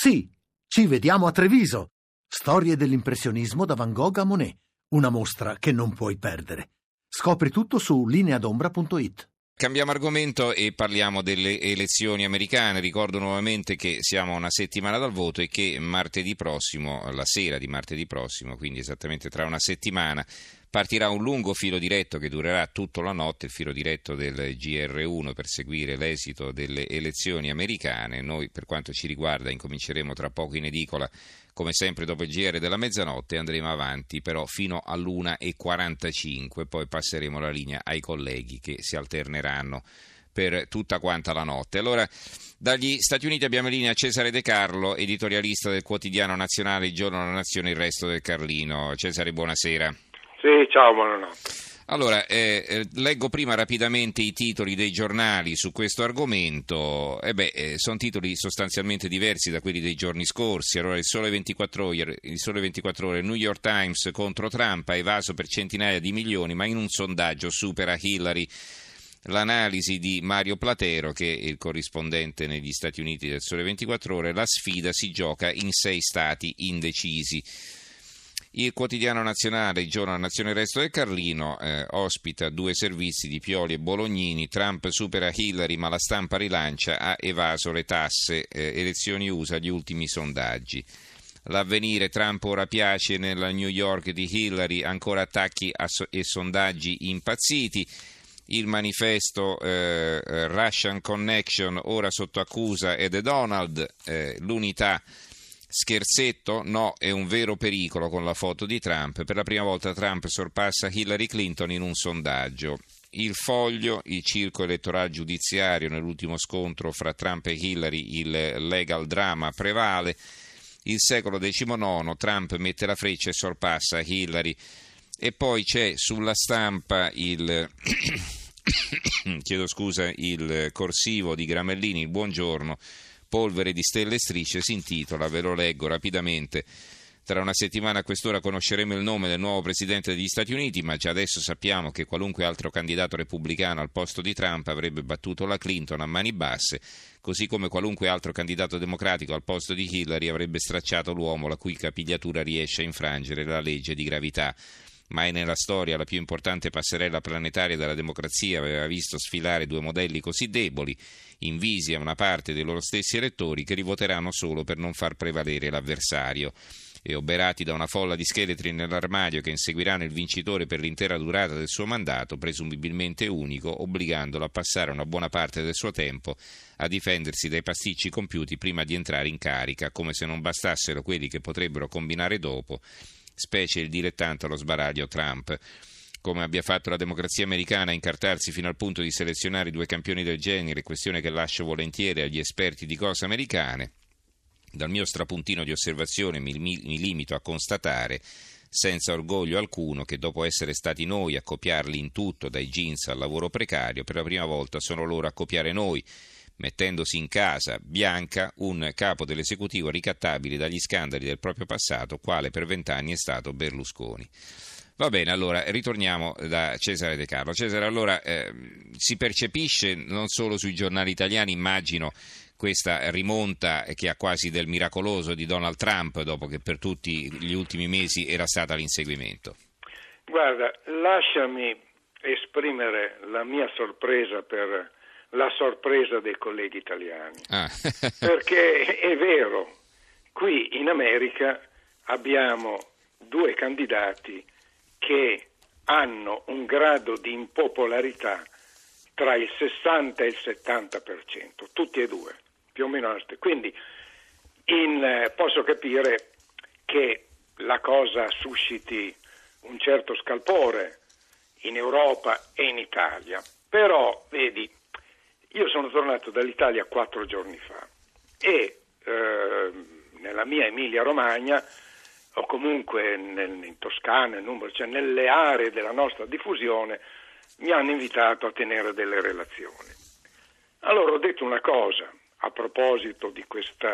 Sì, ci vediamo a Treviso. Storie dell'impressionismo da Van Gogh a Monet. Una mostra che non puoi perdere. Scopri tutto su lineadombra.it. Cambiamo argomento e parliamo delle elezioni americane. Ricordo nuovamente che siamo a una settimana dal voto e che martedì prossimo, la sera di martedì prossimo, quindi esattamente tra una settimana, partirà un lungo filo diretto che durerà tutta la notte, il filo diretto del GR1 per seguire l'esito delle elezioni americane. Noi, per quanto ci riguarda, incominceremo tra poco in edicola, come sempre dopo il GR della mezzanotte, e andremo avanti però fino all'1:45, poi passeremo la linea ai colleghi che si alterneranno per tutta quanta la notte. Allora, dagli Stati Uniti abbiamo in linea Cesare De Carlo, editorialista del quotidiano nazionale Il Giorno della Nazione, Il Resto del Carlino. Cesare, buonasera. Sì, ciao, buonanotte. Allora, leggo prima rapidamente i titoli dei giornali su questo argomento. Sono titoli sostanzialmente diversi da quelli dei giorni scorsi. Allora, il Sole 24 Ore, il New York Times contro Trump ha evaso per centinaia di milioni, ma in un sondaggio supera Hillary. L'analisi di Mario Platero, che è il corrispondente negli Stati Uniti del Sole 24 Ore, la sfida si gioca in 6 stati indecisi. Il quotidiano nazionale, Il Giorno della Nazione, Il Resto del Carlino, ospita 2 servizi di Pioli e Bolognini. Trump supera Hillary ma la stampa rilancia, ha evaso le tasse, elezioni USA, gli ultimi sondaggi. L'Avvenire, Trump ora piace nella New York di Hillary, ancora attacchi e sondaggi impazziti. Il Manifesto, Russian Connection, ora sotto accusa ed è Donald. L'Unità, scherzetto? No, è un vero pericolo con la foto di Trump. Per la prima volta Trump sorpassa Hillary Clinton in un sondaggio. Il Foglio, il circo elettorale giudiziario nell'ultimo scontro fra Trump e Hillary, il legal drama prevale. Il Secolo XIX, Trump mette la freccia e sorpassa Hillary. E poi c'è sulla stampa il il corsivo di Gramellini, il Buongiorno, polvere di stelle e strisce, si intitola, ve lo leggo rapidamente. Tra una settimana a quest'ora conosceremo il nome del nuovo presidente degli Stati Uniti, ma già adesso sappiamo che qualunque altro candidato repubblicano al posto di Trump avrebbe battuto la Clinton a mani basse, così come qualunque altro candidato democratico al posto di Hillary avrebbe stracciato l'uomo la cui capigliatura riesce a infrangere la legge di gravità. Mai nella storia la più importante passerella planetaria della democrazia aveva visto sfilare 2 modelli così deboli, invisi a una parte dei loro stessi elettori che li voteranno solo per non far prevalere l'avversario. E oberati da una folla di scheletri nell'armadio che inseguiranno il vincitore per l'intera durata del suo mandato, presumibilmente unico, obbligandolo a passare una buona parte del suo tempo a difendersi dai pasticci compiuti prima di entrare in carica, come se non bastassero quelli che potrebbero combinare dopo, specie il dilettante allo sbaraglio Trump. Come abbia fatto la democrazia americana a incartarsi fino al punto di selezionare 2 campioni del genere, questione che lascio volentieri agli esperti di cose americane. Dal mio strapuntino di osservazione mi limito a constatare, senza orgoglio alcuno, che dopo essere stati noi a copiarli in tutto, dai jeans al lavoro precario, per la prima volta sono loro a copiare noi, mettendosi in casa bianca un capo dell'esecutivo ricattabile dagli scandali del proprio passato, quale per 20 anni è stato Berlusconi. Va bene, allora ritorniamo da Cesare De Carlo. Cesare, allora si percepisce non solo sui giornali italiani, immagino, questa rimonta che ha quasi del miracoloso di Donald Trump, dopo che per tutti gli ultimi mesi era stata all'inseguimento. Guarda, lasciami esprimere la mia sorpresa per la sorpresa dei colleghi italiani, perché è vero, qui in America abbiamo 2 candidati che hanno un grado di impopolarità tra il 60 e il 70%, tutti e 2, più o meno. Quindi posso capire che la cosa susciti un certo scalpore in Europa e in Italia, però vedi, io sono tornato dall'Italia 4 giorni fa e nella mia Emilia Romagna, o comunque in Toscana, cioè nelle aree della nostra diffusione, mi hanno invitato a tenere delle relazioni. Allora ho detto una cosa a proposito di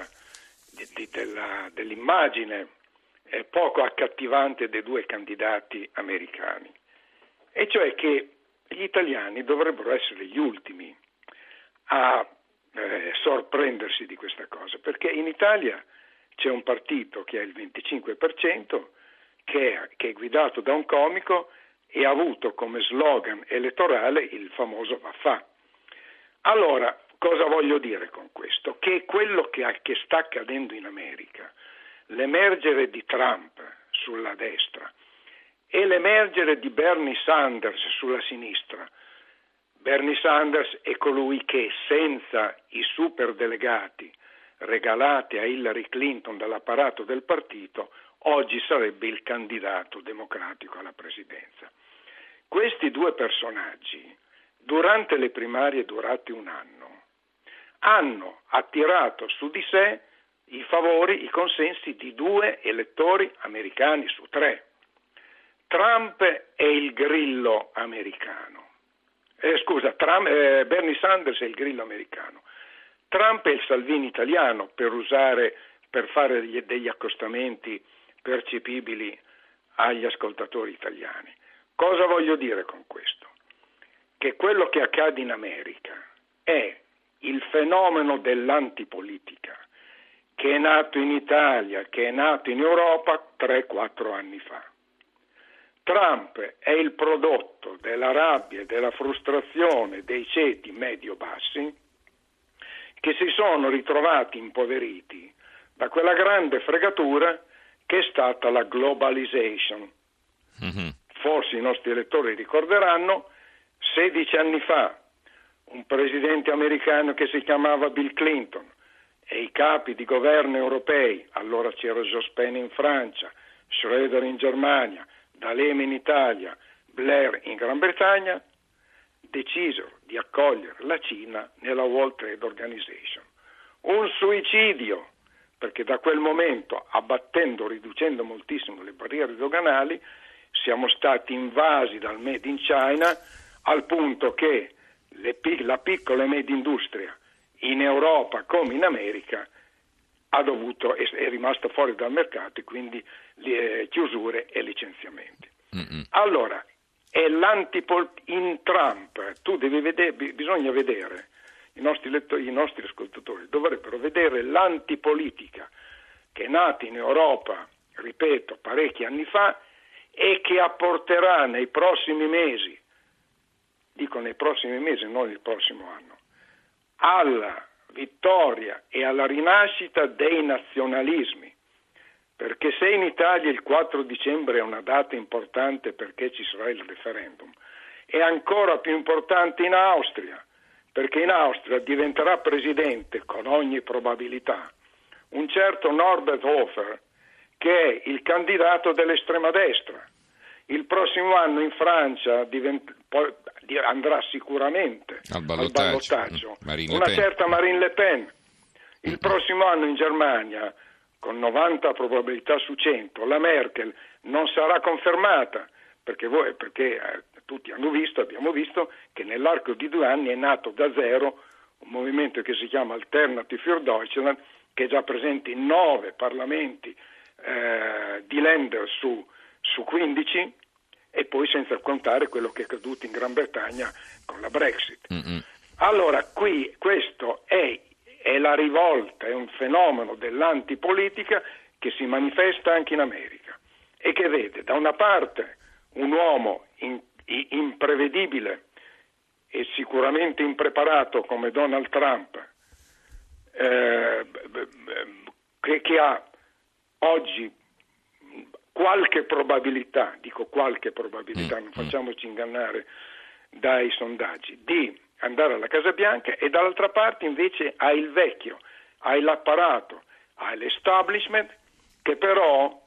dell'immagine poco accattivante dei 2 candidati americani, e cioè che gli italiani dovrebbero essere gli ultimi a sorprendersi di questa cosa, perché in Italia c'è un partito che ha il 25%, che è guidato da un comico e ha avuto come slogan elettorale il famoso Vaffà. Allora, cosa voglio dire con questo? Che quello che sta accadendo in America, l'emergere di Trump sulla destra e l'emergere di Bernie Sanders sulla sinistra. Bernie Sanders è colui che, senza i superdelegati regalati a Hillary Clinton dall'apparato del partito, oggi sarebbe il candidato democratico alla presidenza. Questi due personaggi, durante le primarie durate un anno, hanno attirato su di sé i favori, i consensi di 2 elettori americani su 3. Trump è il grillo americano. Bernie Sanders è il grillo americano. Trump è il Salvini italiano, per fare degli accostamenti percepibili agli ascoltatori italiani. Cosa voglio dire con questo? Che quello che accade in America è il fenomeno dell'antipolitica che è nato in Italia, che è nato in Europa 3-4 anni fa. Trump è il prodotto della rabbia e della frustrazione dei ceti medio-bassi che si sono ritrovati impoveriti da quella grande fregatura che è stata la globalization. Mm-hmm. Forse i nostri elettori ricorderanno, 16 anni fa un presidente americano che si chiamava Bill Clinton e i capi di governo europei, allora c'era Jospin in Francia, Schröder in Germania, D'Alema in Italia, Blair in Gran Bretagna, decisero di accogliere la Cina nella World Trade Organization. Un suicidio, perché da quel momento, riducendo moltissimo le barriere doganali, siamo stati invasi dal Made in China al punto che la piccola e media industria in Europa come in America è rimasta fuori dal mercato e quindi chiusure e licenziamenti. Mm-hmm. Allora, è in Trump, bisogna vedere, i nostri ascoltatori dovrebbero vedere l'antipolitica che è nata in Europa, ripeto, parecchi anni fa e che apporterà nei prossimi mesi, dico nei prossimi mesi, non il prossimo anno, alla vittoria e alla rinascita dei nazionalismi, perché se in Italia il 4 dicembre è una data importante perché ci sarà il referendum, è ancora più importante in Austria, perché in Austria diventerà presidente, con ogni probabilità, un certo Norbert Hofer, che è il candidato dell'estrema destra. Il prossimo anno in Francia andrà sicuramente al ballottaggio una certa Marine Le Pen. Il prossimo anno in Germania, con 90 probabilità su 100, la Merkel non sarà confermata, perché tutti abbiamo visto che nell'arco di 2 anni è nato da zero un movimento che si chiama Alternative für Deutschland, che è già presente in 9 parlamenti di Länder su 15, e poi senza contare quello che è accaduto in Gran Bretagna con la Brexit. Mm-hmm. Allora questo è la rivolta, è un fenomeno dell'antipolitica che si manifesta anche in America e che vede da una parte un uomo imprevedibile e sicuramente impreparato come Donald Trump, che ha oggi qualche probabilità, non facciamoci ingannare dai sondaggi, di andare alla Casa Bianca, e dall'altra parte invece hai il vecchio, hai l'apparato, hai l'establishment che però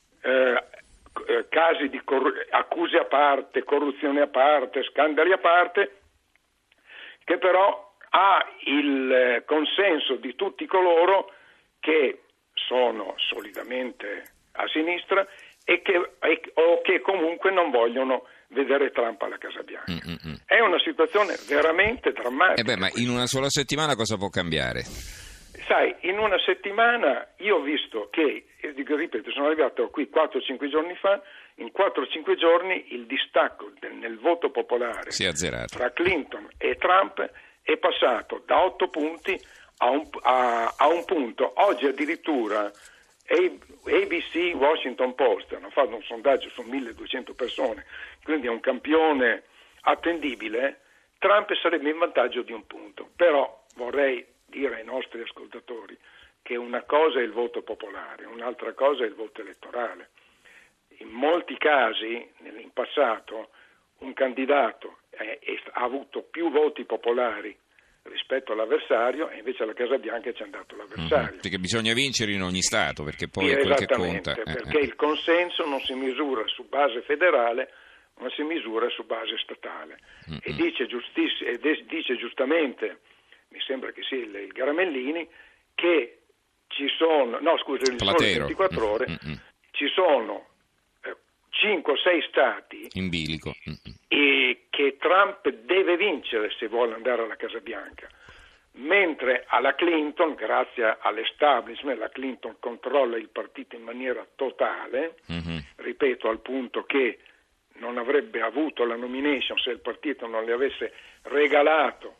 casi di accuse a parte, corruzione a parte, scandali a parte, che però ha il consenso di tutti coloro che sono solidamente a sinistra o che comunque non vogliono vedere Trump alla Casa Bianca. Mm-hmm. È una situazione veramente drammatica. Ma in una sola settimana cosa può cambiare? Sai, in una settimana io ho visto che, ripeto, sono arrivato qui 4-5 giorni fa, in 4-5 giorni il distacco nel voto popolare si è azzerato tra Clinton e Trump è passato da 8 punti a un punto. Oggi addirittura ABC, Washington Post hanno fatto un sondaggio su 1200 persone, quindi è un campione attendibile. Trump sarebbe in vantaggio di un punto, però vorrei dire ai nostri ascoltatori che una cosa è il voto popolare, un'altra cosa è il voto elettorale. In molti casi, in passato, un candidato ha avuto più voti popolari rispetto all'avversario e invece alla Casa Bianca ci è andato l'avversario. Perché bisogna vincere in ogni Stato, perché poi è quel che conta. Perché il consenso non si misura su base federale, ma si misura su base statale. E dice giustamente, mi sembra che sia il Garamellini, che ci sono, no scusa, il Sole 24 Ore, ci sono 5 o 6 stati in bilico e che Trump deve vincere se vuole andare alla Casa Bianca, mentre alla Clinton, grazie all'establishment, la Clinton controlla il partito in maniera totale, ripeto, al punto che non avrebbe avuto la nomination se il partito non le avesse regalato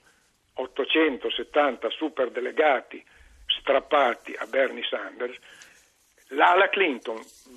870 superdelegati strappati a Bernie Sanders. Alla Clinton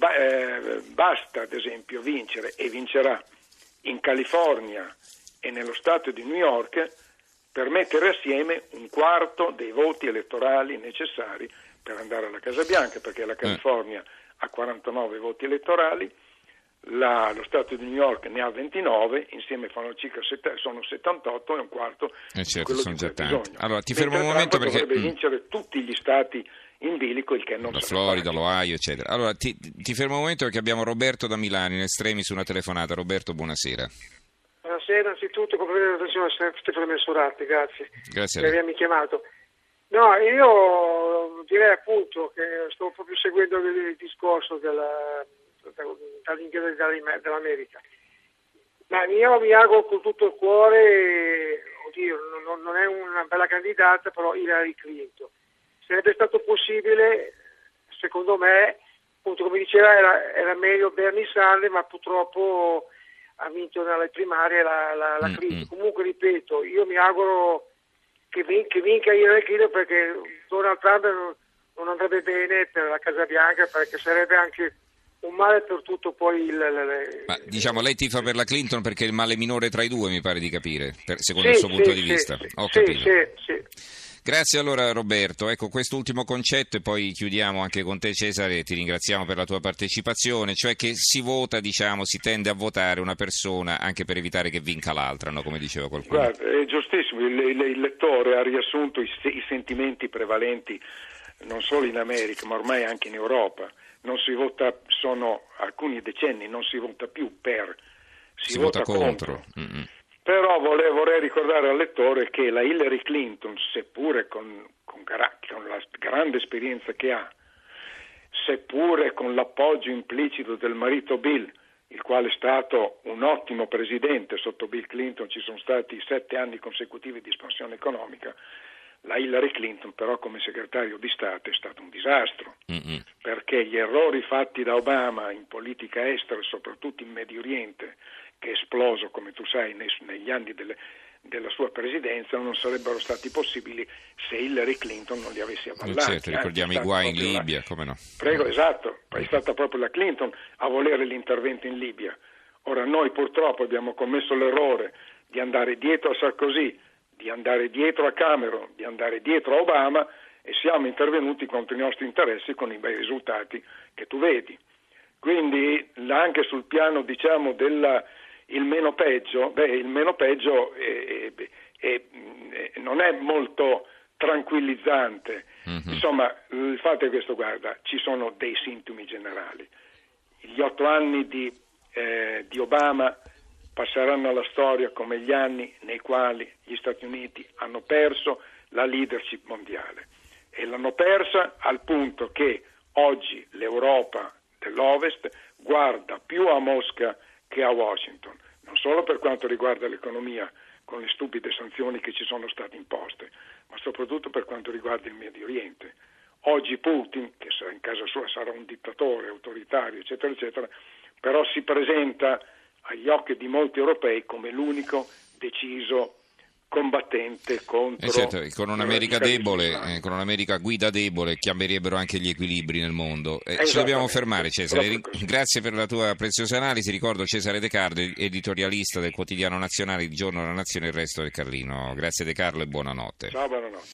basta ad esempio vincere, e vincerà, in California e nello stato di New York per mettere assieme un quarto dei voti elettorali necessari per andare alla Casa Bianca, perché la California ha 49 voti elettorali, lo Stato di New York ne ha 29, insieme sono 78 e un quarto certo, quello sono di già cui tanti. bisogno. Allora, ti fermo un momento perché dovrebbe vincere tutti gli stati in bilico, il che non la sarà Florida, facile. l'Ohio, eccetera. Allora, ti fermo un momento perché abbiamo Roberto da Milano in estremi su una telefonata. Roberto, buonasera. Buonasera, innanzitutto complimenti alla Stefano Mensurati, grazie. Grazie per avermi chiamato. No, io direi appunto che sto proprio seguendo il discorso dell'America. Ma io mi auguro con tutto il cuore, non è una bella candidata, però Hillary Clinton. Sarebbe stato possibile, secondo me, appunto come diceva, era meglio Bernie Sanders, ma purtroppo ha vinto nelle primarie la Clinton. Comunque, ripeto, io mi auguro che vinca Hillary Clinton, perché Donald Trump non andrebbe bene per la Casa Bianca, perché sarebbe anche un male per tutto poi Ma diciamo, lei tifa per la Clinton perché è il male minore tra i due, mi pare di capire, secondo il suo punto di vista. Ho capito. Sì. Grazie allora Roberto, ecco quest'ultimo concetto e poi chiudiamo anche con te Cesare, ti ringraziamo per la tua partecipazione, cioè che si vota, si tende a votare una persona anche per evitare che vinca l'altra, no? Come diceva qualcuno. Guarda, è giustissimo, il lettore ha riassunto i sentimenti prevalenti non solo in America ma ormai anche in Europa. Non si vota, sono alcuni decenni, non si vota più per, si vota contro. Però vorrei ricordare al lettore che la Hillary Clinton, seppure con la grande esperienza che ha, seppure con l'appoggio implicito del marito Bill, il quale è stato un ottimo presidente, sotto Bill Clinton ci sono stati 7 anni consecutivi di espansione economica, la Hillary Clinton però come segretario di Stato è stato un disastro, perché gli errori fatti da Obama in politica estera, soprattutto in Medio Oriente, che è esploso, come tu sai, negli anni della sua presidenza, non sarebbero stati possibili se Hillary Clinton non li avesse avvallati. Certo, ricordiamo i guai in Libia, come no? Prego, esatto, è stata proprio la Clinton a volere l'intervento in Libia. Ora noi purtroppo abbiamo commesso l'errore di andare dietro a Sarkozy, di andare dietro a Cameron, di andare dietro a Obama e siamo intervenuti contro i nostri interessi con i bei risultati che tu vedi. Quindi anche sul piano, diciamo, il meno peggio, non è molto tranquillizzante. Insomma, il fatto è questo, guarda, ci sono dei sintomi generali. Gli 8 anni di Obama passeranno alla storia come gli anni nei quali gli Stati Uniti hanno perso la leadership mondiale, e l'hanno persa al punto che oggi l'Europa dell'Ovest guarda più a Mosca che a Washington, non solo per quanto riguarda l'economia con le stupide sanzioni che ci sono state imposte, ma soprattutto per quanto riguarda il Medio Oriente. Oggi Putin, che in casa sua sarà un dittatore autoritario, eccetera, eccetera, però si presenta agli occhi di molti europei come l'unico deciso combattente contro... certo, con un'America debole, con un'America guida debole, chiamerebbero anche gli equilibri nel mondo. Ci dobbiamo fermare, Cesare. Grazie per la tua preziosa analisi. Ricordo Cesare De Carlo, editorialista del quotidiano nazionale Il Giorno della Nazione e il Resto del Carlino. Grazie De Carlo e buonanotte. Ciao, buonanotte.